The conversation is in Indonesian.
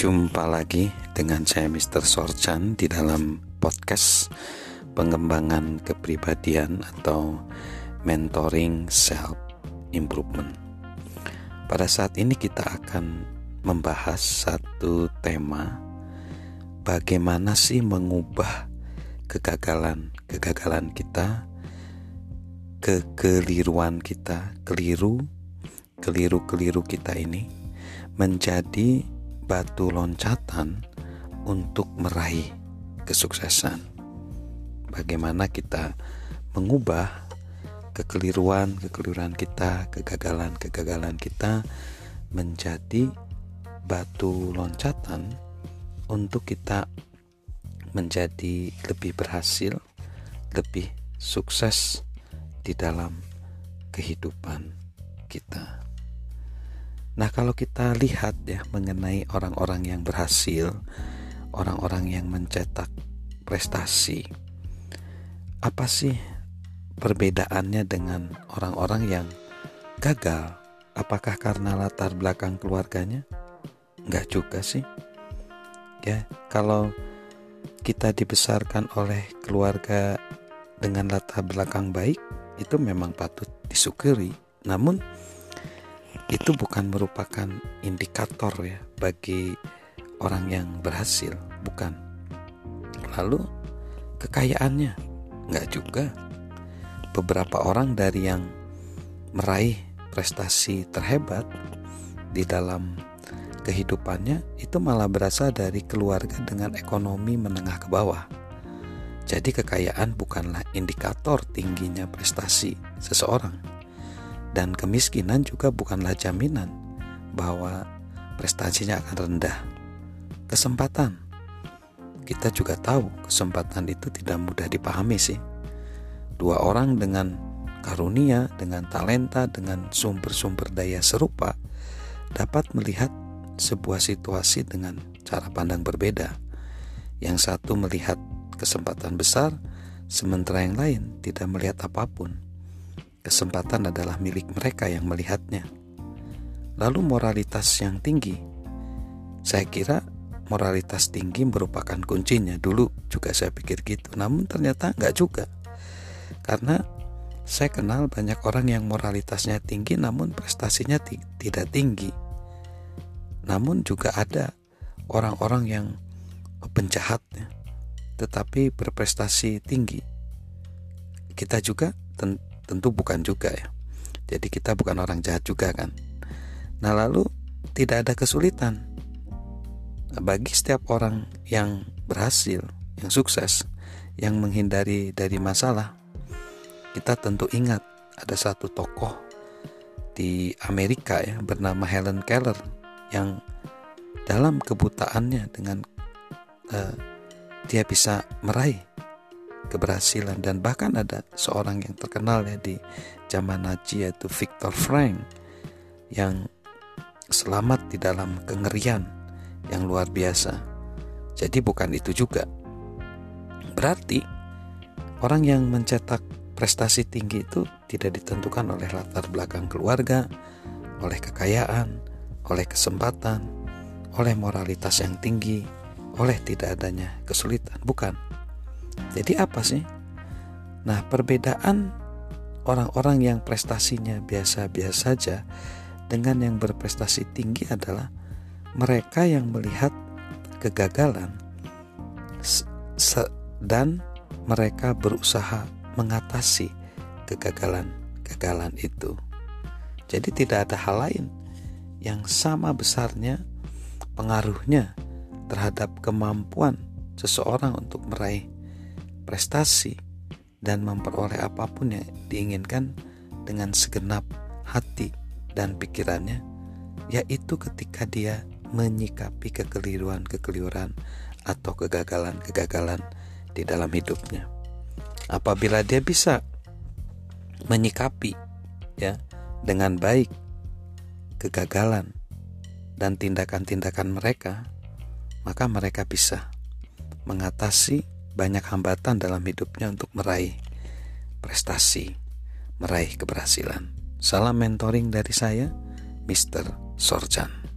Jumpa lagi dengan saya Mr. Sorchan di dalam podcast pengembangan kepribadian atau mentoring self improvement. Pada saat ini kita akan membahas satu tema, bagaimana sih mengubah kegagalan kita, kekeliruan kita, keliru kita ini menjadi batu loncatan untuk meraih kesuksesan. Bagaimana kita mengubah kekeliruan kita, kegagalan kita menjadi batu loncatan untuk kita menjadi lebih berhasil, lebih sukses di dalam kehidupan kita. Nah, kalau kita lihat ya mengenai orang-orang yang berhasil, orang-orang yang mencetak prestasi, apa sih perbedaannya dengan orang-orang yang gagal? Apakah karena latar belakang keluarganya? Enggak juga sih. Ya, kalau kita dibesarkan oleh keluarga dengan latar belakang baik, itu memang patut disyukuri. Namun itu bukan merupakan indikator ya bagi orang yang berhasil, bukan. Lalu kekayaannya enggak juga. Beberapa orang dari yang meraih prestasi terhebat di dalam kehidupannya itu malah berasal dari keluarga dengan ekonomi menengah ke bawah. Jadi kekayaan bukanlah indikator tingginya prestasi seseorang. Dan kemiskinan juga bukanlah jaminan bahwa prestasinya akan rendah. Kesempatan, kita juga tahu kesempatan itu tidak mudah dipahami sih. Dua orang dengan karunia, dengan talenta, dengan sumber-sumber daya serupa dapat melihat sebuah situasi dengan cara pandang berbeda. Yang satu melihat kesempatan besar, sementara yang lain tidak melihat apapun. Kesempatan adalah milik mereka yang melihatnya. Lalu moralitas yang tinggi. Saya kira moralitas tinggi merupakan kuncinya. Dulu juga saya pikir gitu. Namun ternyata enggak juga. Karena saya kenal banyak orang yang moralitasnya tinggi namun prestasinya tidak tinggi. Namun juga ada orang-orang yang penjahat tetapi berprestasi tinggi. Kita juga tentu bukan juga ya. Jadi kita bukan orang jahat juga kan. Nah, lalu tidak ada kesulitan bagi setiap orang yang berhasil, yang sukses, yang menghindari dari masalah. Kita tentu ingat ada satu tokoh di Amerika ya bernama Helen Keller yang dalam kebutaannya dengan dia bisa meraih keberhasilan. Dan bahkan ada seorang yang terkenal ya di zaman Nazi yaitu Viktor Frankl yang selamat di dalam kengerian yang luar biasa. Jadi bukan itu juga. Berarti orang yang mencetak prestasi tinggi itu tidak ditentukan oleh latar belakang keluarga, oleh kekayaan, oleh kesempatan, oleh moralitas yang tinggi, oleh tidak adanya kesulitan, bukan. Jadi apa sih? Nah, perbedaan orang-orang yang prestasinya biasa-biasa saja dengan yang berprestasi tinggi adalah mereka yang melihat kegagalan dan mereka berusaha mengatasi kegagalan itu. Jadi tidak ada hal lain yang sama besarnya pengaruhnya terhadap kemampuan seseorang untuk meraih prestasi dan memperoleh apapun yang diinginkan dengan segenap hati dan pikirannya, yaitu ketika dia menyikapi kekeliruan atau kegagalan di dalam hidupnya. Apabila dia bisa menyikapi ya dengan baik kegagalan dan tindakan-tindakan mereka, maka mereka bisa mengatasi banyak hambatan dalam hidupnya untuk meraih prestasi, meraih keberhasilan. Salam mentoring dari saya, Mr. Sorchan.